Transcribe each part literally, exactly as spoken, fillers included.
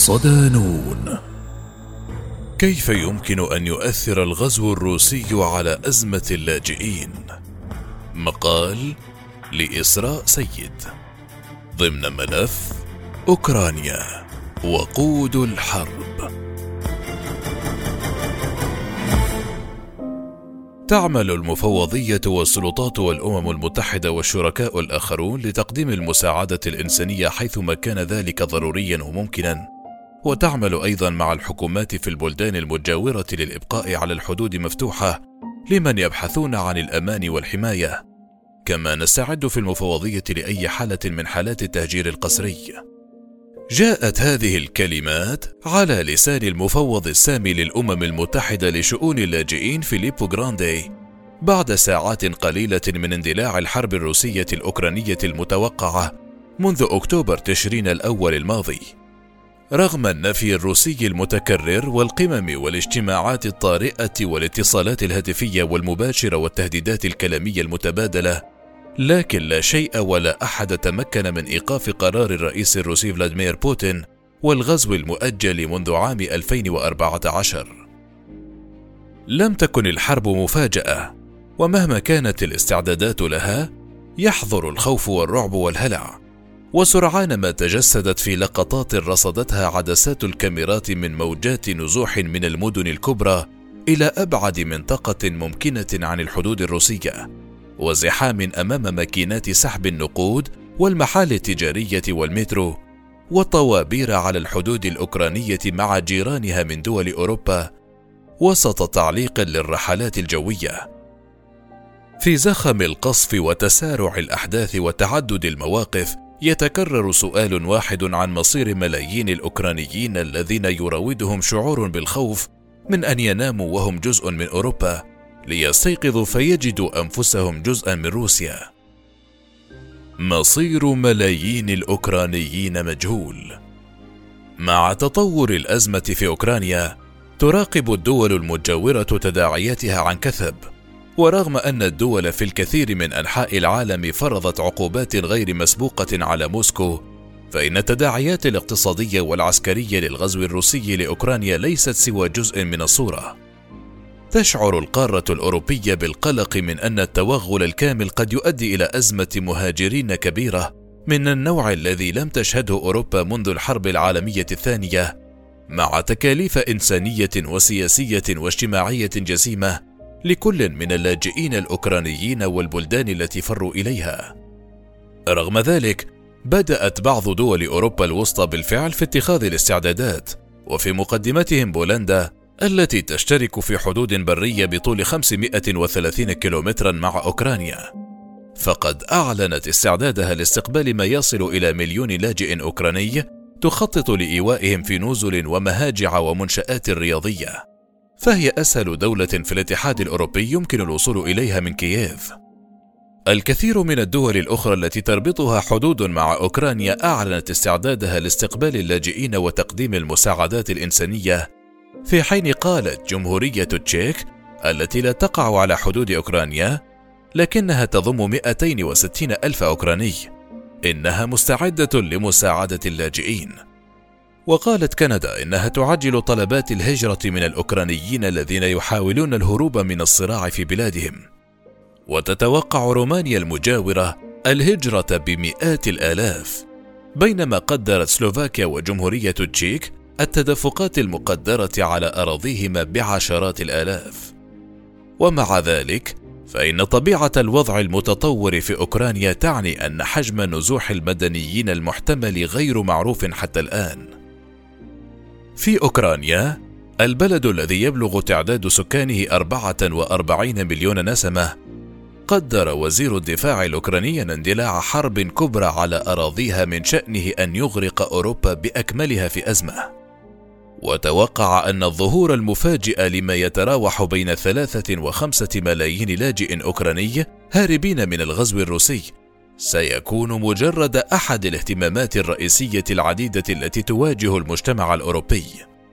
صدانون. كيف يمكن أن يؤثر الغزو الروسي على أزمة اللاجئين؟ مقال لإسراء سيد ضمن ملف أوكرانيا وقود الحرب. تعمل المفوضية والسلطات والأمم المتحدة والشركاء الآخرون لتقديم المساعدة الإنسانية حيثما كان ذلك ضروريا وممكنا، وتعمل أيضا مع الحكومات في البلدان المجاورة للإبقاء على الحدود مفتوحة لمن يبحثون عن الأمان والحماية. كما نستعد في المفوضية لأي حالة من حالات التهجير القسري. جاءت هذه الكلمات على لسان المفوض السامي للأمم المتحدة لشؤون اللاجئين فيليبو غراندي بعد ساعات قليلة من اندلاع الحرب الروسية الأوكرانية المتوقعة منذ أكتوبر تشرين الأول الماضي. رغم النفي الروسي المتكرر والقمم والاجتماعات الطارئة والاتصالات الهاتفية والمباشرة والتهديدات الكلامية المتبادلة، لكن لا شيء ولا أحد تمكن من إيقاف قرار الرئيس الروسي فلاديمير بوتين والغزو المؤجل منذ عام ألفين وأربعة عشر. لم تكن الحرب مفاجأة، ومهما كانت الاستعدادات لها يحضر الخوف والرعب والهلع، وسرعان ما تجسدت في لقطات رصدتها عدسات الكاميرات من موجات نزوح من المدن الكبرى إلى أبعد منطقة ممكنة عن الحدود الروسية، وزحام أمام ماكينات سحب النقود والمحال التجارية والمترو، وطوابير على الحدود الأوكرانية مع جيرانها من دول أوروبا، وسط تعليق للرحلات الجوية. في زخم القصف وتسارع الأحداث وتعدد المواقف، يتكرر سؤال واحد عن مصير ملايين الأوكرانيين الذين يراودهم شعور بالخوف من أن يناموا وهم جزء من أوروبا ليستيقظوا فيجدوا أنفسهم جزءا من روسيا. مصير ملايين الأوكرانيين مجهول. مع تطور الأزمة في أوكرانيا، تراقب الدول المجاورة تداعياتها عن كثب، ورغم أن الدول في الكثير من أنحاء العالم فرضت عقوبات غير مسبوقة على موسكو، فإن التداعيات الاقتصادية والعسكرية للغزو الروسي لأوكرانيا ليست سوى جزء من الصورة. تشعر القارة الأوروبية بالقلق من أن التوغل الكامل قد يؤدي إلى أزمة مهاجرين كبيرة من النوع الذي لم تشهده أوروبا منذ الحرب العالمية الثانية، مع تكاليف إنسانية وسياسية واجتماعية جسيمة لكل من اللاجئين الأوكرانيين والبلدان التي فروا إليها. رغم ذلك، بدأت بعض دول أوروبا الوسطى بالفعل في اتخاذ الاستعدادات، وفي مقدمتهم بولندا التي تشترك في حدود برية بطول خمسمائة وثلاثين كيلومترا مع أوكرانيا، فقد أعلنت استعدادها لاستقبال ما يصل إلى مليون لاجئ أوكراني تخطط لإيوائهم في نزل ومهاجع ومنشآت رياضية، فهي أسهل دولة في الاتحاد الأوروبي يمكن الوصول إليها من كييف. الكثير من الدول الأخرى التي تربطها حدود مع أوكرانيا أعلنت استعدادها لاستقبال اللاجئين وتقديم المساعدات الإنسانية، في حين قالت جمهورية التشيك التي لا تقع على حدود أوكرانيا لكنها تضم مئتين وستين ألف أوكراني إنها مستعدة لمساعدة اللاجئين. وقالت كندا إنها تعجل طلبات الهجرة من الأوكرانيين الذين يحاولون الهروب من الصراع في بلادهم. وتتوقع رومانيا المجاورة الهجرة بمئات الآلاف، بينما قدرت سلوفاكيا وجمهورية التشيك التدفقات المقدرة على أراضيهما بعشرات الآلاف. ومع ذلك، فإن طبيعة الوضع المتطور في أوكرانيا تعني أن حجم نزوح المدنيين المحتمل غير معروف حتى الآن. في أوكرانيا، البلد الذي يبلغ تعداد سكانه أربعة وأربعين مليون نسمة، قدر وزير الدفاع الأوكراني اندلاع حرب كبرى على أراضيها من شأنه أن يغرق أوروبا بأكملها في أزمة. وتوقع أن الظهور المفاجئ لما يتراوح بين ثلاثة وخمسة ملايين لاجئ أوكراني هاربين من الغزو الروسي سيكون مجرد أحد الاهتمامات الرئيسية العديدة التي تواجه المجتمع الأوروبي.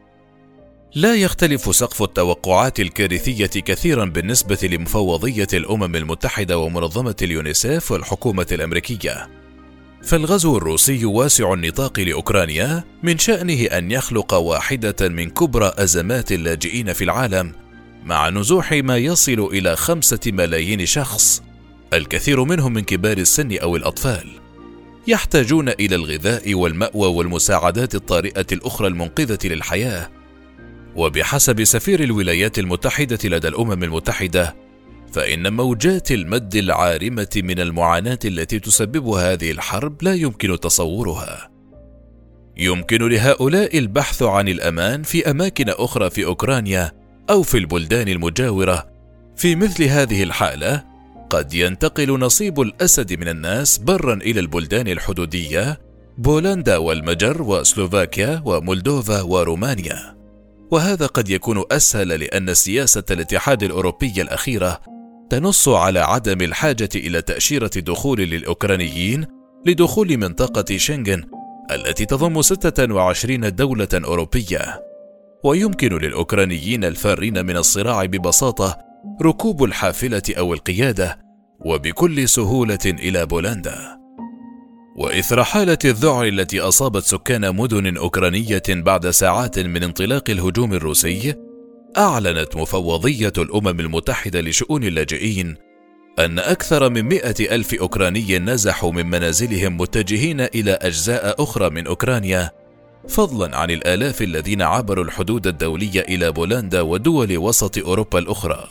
لا يختلف سقف التوقعات الكارثية كثيرا بالنسبة لمفوضية الأمم المتحدة ومنظمة اليونيسيف والحكومة الأمريكية. فالغزو الروسي واسع النطاق لأوكرانيا من شأنه أن يخلق واحدة من كبرى أزمات اللاجئين في العالم، مع نزوح ما يصل إلى خمسة ملايين شخص، الكثير منهم من كبار السن أو الأطفال، يحتاجون إلى الغذاء والمأوى والمساعدات الطارئة الأخرى المنقذة للحياة. وبحسب سفير الولايات المتحدة لدى الأمم المتحدة، فإن موجات المد العارمة من المعاناة التي تسببها هذه الحرب لا يمكن تصورها. يمكن لهؤلاء البحث عن الأمان في أماكن أخرى في أوكرانيا أو في البلدان المجاورة. في مثل هذه الحالة قد ينتقل نصيب الأسد من الناس برا إلى البلدان الحدودية، بولندا والمجر وسلوفاكيا ومولدوفا ورومانيا، وهذا قد يكون أسهل لأن سياسة الاتحاد الأوروبي الأخيرة تنص على عدم الحاجة إلى تأشيرة دخول للأوكرانيين لدخول منطقة شنغن التي تضم ستة وعشرين دولة أوروبية. ويمكن للأوكرانيين الفارين من الصراع ببساطة ركوب الحافلة أو القيادة وبكل سهولة إلى بولندا. وإثر حالة الذعر التي أصابت سكان مدن أوكرانية بعد ساعات من انطلاق الهجوم الروسي، أعلنت مفوضية الأمم المتحدة لشؤون اللاجئين أن أكثر من مئة ألف أوكراني نزحوا من منازلهم متجهين إلى أجزاء أخرى من أوكرانيا، فضلا عن الآلاف الذين عبروا الحدود الدولية إلى بولندا ودول وسط أوروبا الأخرى.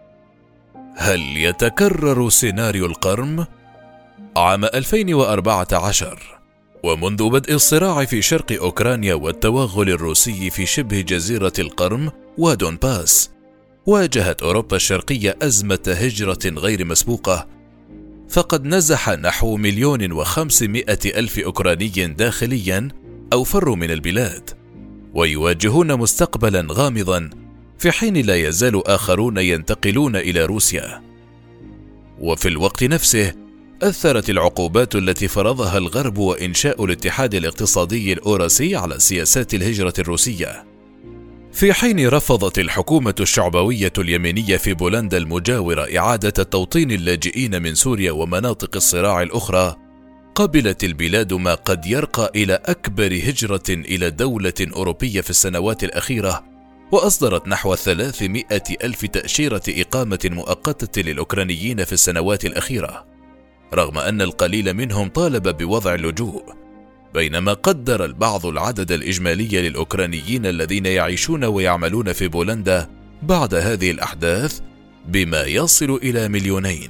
هل يتكرر سيناريو القرم؟ عام ألفين وأربعة عشر، ومنذ بدء الصراع في شرق أوكرانيا والتوغل الروسي في شبه جزيرة القرم ودونباس، واجهت أوروبا الشرقية أزمة هجرة غير مسبوقة، فقد نزح نحو مليون وخمسمائة ألف أوكراني داخليا أو فروا من البلاد، ويواجهون مستقبلا غامضا، في حين لا يزال آخرون ينتقلون إلى روسيا. وفي الوقت نفسه أثرت العقوبات التي فرضها الغرب وإنشاء الاتحاد الاقتصادي الأوراسي على سياسات الهجرة الروسية، في حين رفضت الحكومة الشعبوية اليمينية في بولندا المجاورة إعادة توطين اللاجئين من سوريا ومناطق الصراع الأخرى. قبلت البلاد ما قد يرقى إلى أكبر هجرة إلى دولة أوروبية في السنوات الأخيرة، وأصدرت نحو ثلاثمائة ألف تأشيرة إقامة مؤقتة للأوكرانيين في السنوات الأخيرة، رغم أن القليل منهم طالب بوضع اللجوء، بينما قدر البعض العدد الإجمالي للأوكرانيين الذين يعيشون ويعملون في بولندا بعد هذه الأحداث بما يصل إلى مليونين.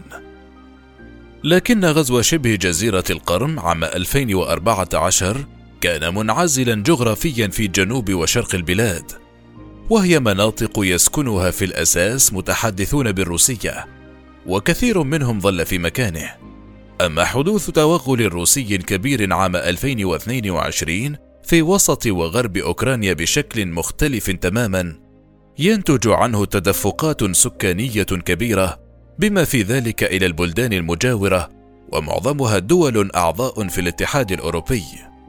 لكن غزو شبه جزيرة القرم عام ألفين وأربعة عشر كان منعزلا جغرافيا في جنوب وشرق البلاد، وهي مناطق يسكنها في الأساس متحدثون بالروسية، وكثير منهم ظل في مكانه. أما حدوث توغل روسي كبير عام ألفين واثنين وعشرين في وسط وغرب أوكرانيا بشكل مختلف تماما، ينتج عنه تدفقات سكانية كبيرة، بما في ذلك إلى البلدان المجاورة، ومعظمها دول أعضاء في الاتحاد الأوروبي.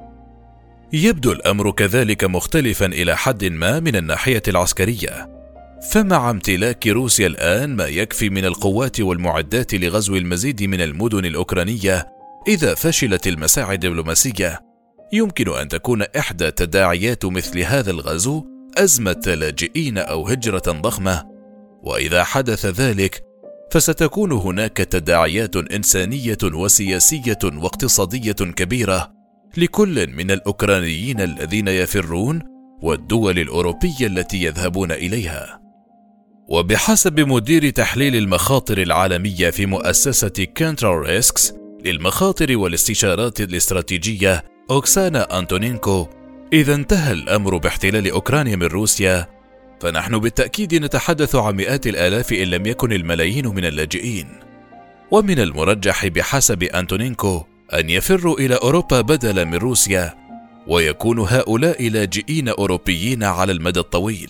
يبدو الأمر كذلك مختلفا إلى حد ما من الناحية العسكرية، فمع امتلاك روسيا الآن ما يكفي من القوات والمعدات لغزو المزيد من المدن الأوكرانية، إذا فشلت المساعي الدبلوماسية يمكن أن تكون إحدى تداعيات مثل هذا الغزو أزمة لاجئين أو هجرة ضخمة، وإذا حدث ذلك فستكون هناك تداعيات إنسانية وسياسية واقتصادية كبيرة لكل من الأوكرانيين الذين يفرون والدول الأوروبية التي يذهبون إليها. وبحسب مدير تحليل المخاطر العالمية في مؤسسة كنترول ريسكس للمخاطر والاستشارات الاستراتيجية أوكسانا أنتونينكو، إذا انتهى الأمر باحتلال أوكرانيا من روسيا، فنحن بالتأكيد نتحدث عن مئات الآلاف إن لم يكن الملايين من اللاجئين. ومن المرجح بحسب أنتونينكو أن يفروا إلى أوروبا بدلا من روسيا، ويكون هؤلاء لاجئين أوروبيين على المدى الطويل.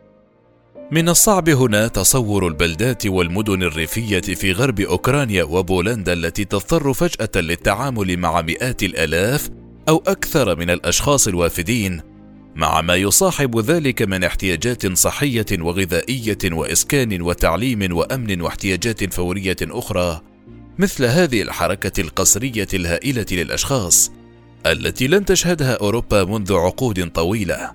من الصعب هنا تصور البلدات والمدن الريفية في غرب أوكرانيا وبولندا التي تضطر فجأة للتعامل مع مئات الآلاف أو أكثر من الأشخاص الوافدين، مع ما يصاحب ذلك من احتياجات صحية وغذائية وإسكان وتعليم وأمن واحتياجات فورية أخرى، مثل هذه الحركة القسرية الهائلة للأشخاص التي لم تشهدها أوروبا منذ عقود طويلة،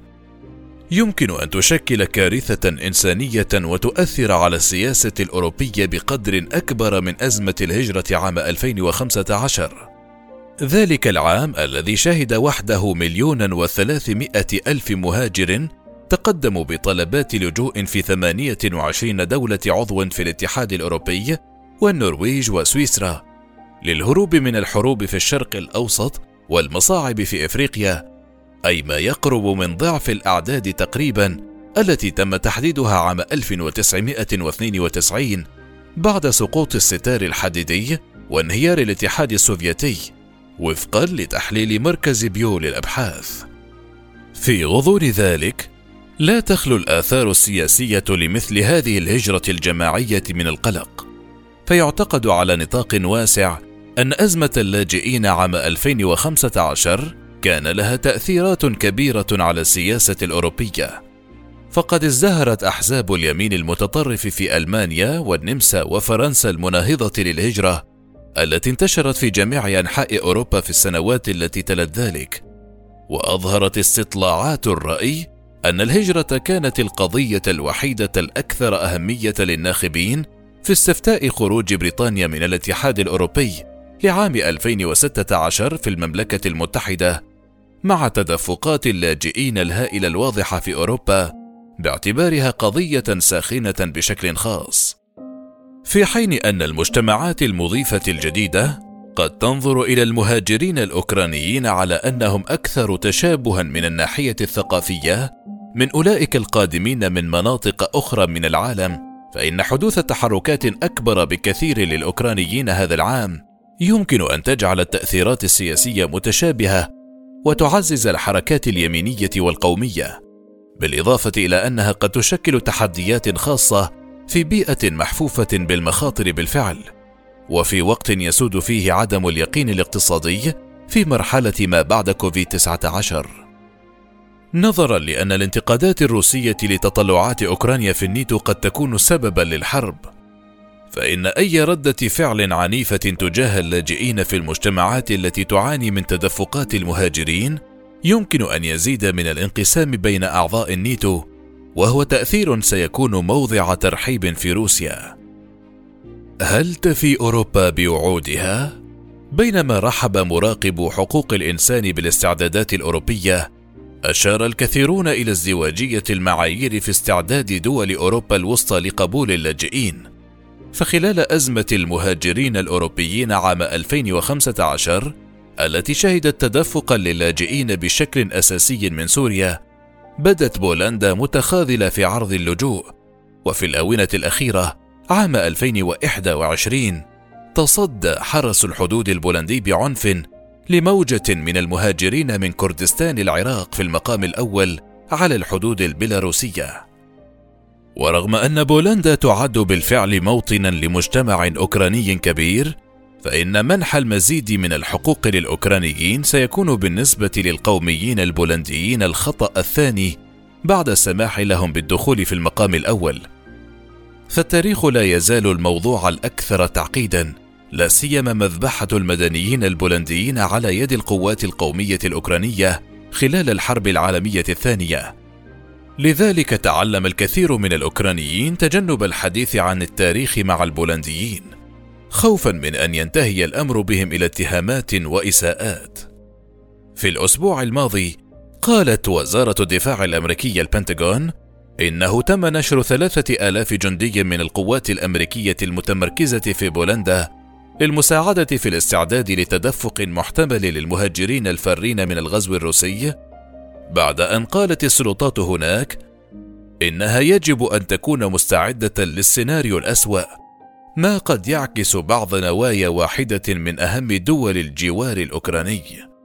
يمكن أن تشكل كارثة إنسانية وتؤثر على السياسة الأوروبية بقدر أكبر من أزمة الهجرة عام ألفين وخمسة عشر، ذلك العام الذي شهد وحده مليون وثلاثمائة ألف مهاجر تقدموا بطلبات لجوء في ثمانية وعشرين دولة عضو في الاتحاد الأوروبي والنرويج وسويسرا للهروب من الحروب في الشرق الأوسط والمصاعب في إفريقيا، أي ما يقرب من ضعف الأعداد تقريبا التي تم تحديدها عام ألف وتسعمائة واثنين وتسعين بعد سقوط الستار الحديدي وانهيار الاتحاد السوفيتي، وفقا لتحليل مركز بيو للأبحاث. في غضون ذلك لا تخلو الآثار السياسية لمثل هذه الهجرة الجماعية من القلق، فيعتقد على نطاق واسع أن أزمة اللاجئين عام ألفين وخمسة عشر كان لها تأثيرات كبيرة على السياسة الأوروبية، فقد ازدهرت أحزاب اليمين المتطرف في ألمانيا والنمسا وفرنسا المناهضة للهجرة التي انتشرت في جميع أنحاء أوروبا في السنوات التي تلت ذلك، وأظهرت استطلاعات الرأي أن الهجرة كانت القضية الوحيدة الأكثر أهمية للناخبين في استفتاء خروج بريطانيا من الاتحاد الأوروبي لعام ألفين وستة عشر في المملكة المتحدة، مع تدفقات اللاجئين الهائلة الواضحة في أوروبا باعتبارها قضية ساخنة بشكل خاص، في حين أن المجتمعات المضيفة الجديدة قد تنظر إلى المهاجرين الأوكرانيين على أنهم أكثر تشابها من الناحية الثقافية من أولئك القادمين من مناطق أخرى من العالم، فإن حدوث تحركات أكبر بكثير للأوكرانيين هذا العام يمكن أن تجعل التأثيرات السياسية متشابهة وتعزز الحركات اليمينية والقومية، بالإضافة إلى أنها قد تشكل تحديات خاصة في بيئة محفوفة بالمخاطر بالفعل، وفي وقت يسود فيه عدم اليقين الاقتصادي في مرحلة ما بعد كوفيد تسعة عشر. نظرا لأن الانتقادات الروسية لتطلعات أوكرانيا في الناتو قد تكون سببا للحرب، فإن أي ردة فعل عنيفة تجاه اللاجئين في المجتمعات التي تعاني من تدفقات المهاجرين يمكن أن يزيد من الانقسام بين أعضاء الناتو، وهو تأثير سيكون موضع ترحيب في روسيا. هل تفي أوروبا بوعودها؟ بينما رحب مراقب حقوق الإنسان بالاستعدادات الأوروبية، أشار الكثيرون إلى ازدواجية المعايير في استعداد دول أوروبا الوسطى لقبول اللاجئين، فخلال أزمة المهاجرين الأوروبيين عام ألفين وخمسة عشر التي شهدت تدفقا للاجئين بشكل أساسي من سوريا، بدت بولندا متخاذلة في عرض اللجوء، وفي الآونة الأخيرة عام ألفين وواحد وعشرين تصدى حرس الحدود البولندي بعنف لموجة من المهاجرين من كردستان العراق في المقام الأول على الحدود البيلاروسية. ورغم أن بولندا تعد بالفعل موطنا لمجتمع أوكراني كبير، فإن منح المزيد من الحقوق للأوكرانيين سيكون بالنسبة للقوميين البولنديين الخطأ الثاني بعد السماح لهم بالدخول في المقام الأول. فالتاريخ لا يزال الموضوع الأكثر تعقيدا، لا سيما مذبحة المدنيين البولنديين على يد القوات القومية الأوكرانية خلال الحرب العالمية الثانية. لذلك تعلم الكثير من الأوكرانيين تجنب الحديث عن التاريخ مع البولنديين، خوفا من أن ينتهي الأمر بهم إلى اتهامات وإساءات. في الأسبوع الماضي قالت وزارة الدفاع الأمريكية البنتاغون إنه تم نشر ثلاثة آلاف جندي من القوات الأمريكية المتمركزة في بولندا للمساعدة في الاستعداد لتدفق محتمل للمهاجرين الفارين من الغزو الروسي، بعد أن قالت السلطات هناك إنها يجب أن تكون مستعدة للسيناريو الأسوأ، ما قد يعكس بعض نوايا واحدة من أهم دول الجوار الأوكراني.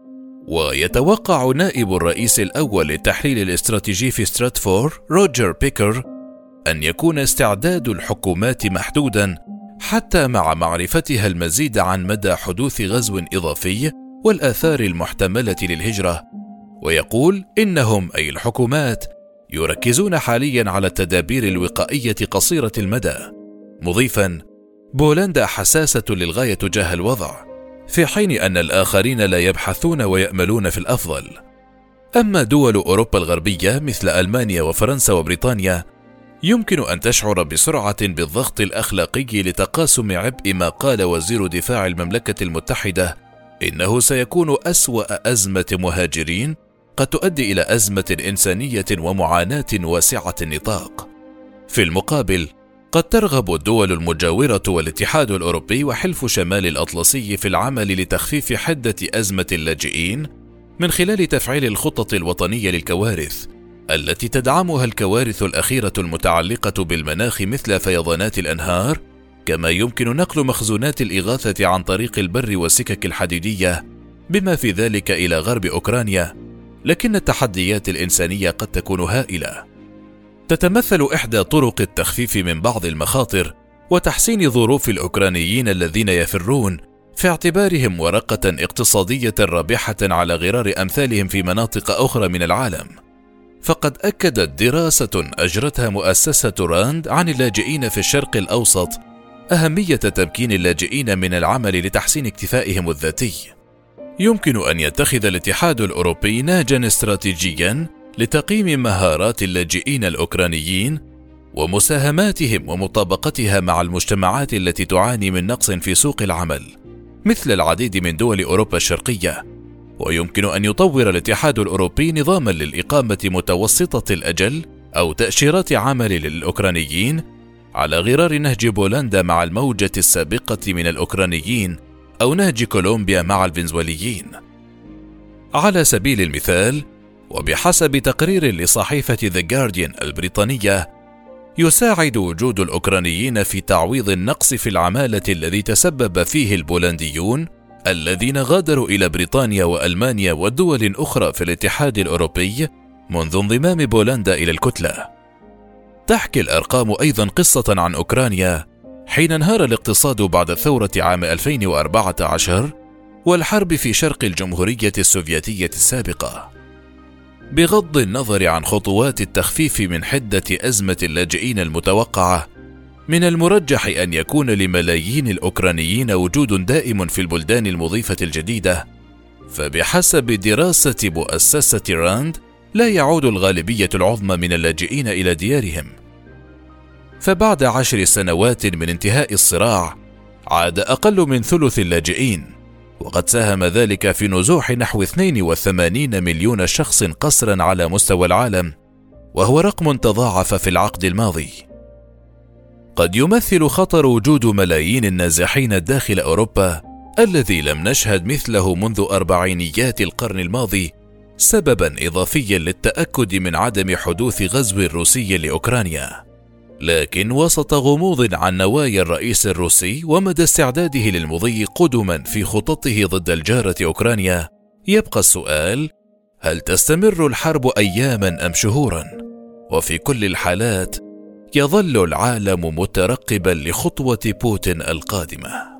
ويتوقع نائب الرئيس الأول للتحليل الاستراتيجي في ستراتفور روجر بيكر أن يكون استعداد الحكومات محدودا حتى مع معرفتها المزيد عن مدى حدوث غزو إضافي والآثار المحتملة للهجرة، ويقول إنهم أي الحكومات يركزون حاليا على التدابير الوقائية قصيرة المدى، مضيفا بولندا حساسة للغاية تجاه الوضع، في حين أن الآخرين لا يبحثون ويأملون في الأفضل. أما دول أوروبا الغربية مثل ألمانيا وفرنسا وبريطانيا يمكن أن تشعر بسرعة بالضغط الأخلاقي لتقاسم عبء ما قال وزير دفاع المملكة المتحدة إنه سيكون أسوأ أزمة مهاجرين قد تؤدي إلى أزمة إنسانية ومعاناة واسعة النطاق. في المقابل قد ترغب الدول المجاورة والاتحاد الأوروبي وحلف شمال الأطلسي في العمل لتخفيف حدة أزمة اللاجئين من خلال تفعيل الخطط الوطنية للكوارث التي تدعمها الكوارث الأخيرة المتعلقة بالمناخ مثل فيضانات الأنهار، كما يمكن نقل مخزونات الإغاثة عن طريق البر والسكك الحديدية بما في ذلك إلى غرب أوكرانيا. لكن التحديات الإنسانية قد تكون هائلة. تتمثل إحدى طرق التخفيف من بعض المخاطر وتحسين ظروف الأوكرانيين الذين يفرون في اعتبارهم ورقة اقتصادية رابحة على غرار أمثالهم في مناطق أخرى من العالم. فقد أكدت دراسة أجرتها مؤسسة راند عن اللاجئين في الشرق الأوسط أهمية تمكين اللاجئين من العمل لتحسين اكتفائهم الذاتي. يمكن أن يتخذ الاتحاد الأوروبي نهجا استراتيجيا لتقييم مهارات اللاجئين الأوكرانيين ومساهماتهم ومطابقتها مع المجتمعات التي تعاني من نقص في سوق العمل مثل العديد من دول أوروبا الشرقية. ويمكن أن يطور الاتحاد الأوروبي نظاما للإقامة متوسطة الأجل أو تأشيرات عمل للأوكرانيين على غرار نهج بولندا مع الموجة السابقة من الأوكرانيين أو نهج كولومبيا مع الفنزويليين. على سبيل المثال، وبحسب تقرير لصحيفة The Guardian البريطانية، يساعد وجود الأوكرانيين في تعويض النقص في العمالة الذي تسبب فيه البولنديون الذين غادروا إلى بريطانيا وألمانيا والدول الأخرى في الاتحاد الأوروبي منذ انضمام بولندا إلى الكتلة. تحكي الأرقام أيضا قصة عن أوكرانيا حين انهار الاقتصاد بعد الثورة عام ألفين وأربعة عشر والحرب في شرق الجمهورية السوفيتية السابقة. بغض النظر عن خطوات التخفيف من حدة أزمة اللاجئين المتوقعة، من المرجح أن يكون لملايين الأوكرانيين وجود دائم في البلدان المضيفة الجديدة. فبحسب دراسة مؤسسة راند لا يعود الغالبية العظمى من اللاجئين إلى ديارهم. فبعد عشر سنوات من انتهاء الصراع عاد أقل من ثلث اللاجئين، وقد ساهم ذلك في نزوح نحو اثنين وثمانين مليون شخص قسرا على مستوى العالم، وهو رقم تضاعف في العقد الماضي. قد يمثل خطر وجود ملايين النازحين داخل أوروبا الذي لم نشهد مثله منذ أربعينيات القرن الماضي سببا إضافيا للتأكد من عدم حدوث غزو روسي لأوكرانيا. لكن وسط غموض عن نوايا الرئيس الروسي ومدى استعداده للمضي قدما في خططه ضد الجارة أوكرانيا، يبقى السؤال: هل تستمر الحرب أياما أم شهورا؟ وفي كل الحالات يظل العالم مترقبا لخطوة بوتين القادمة.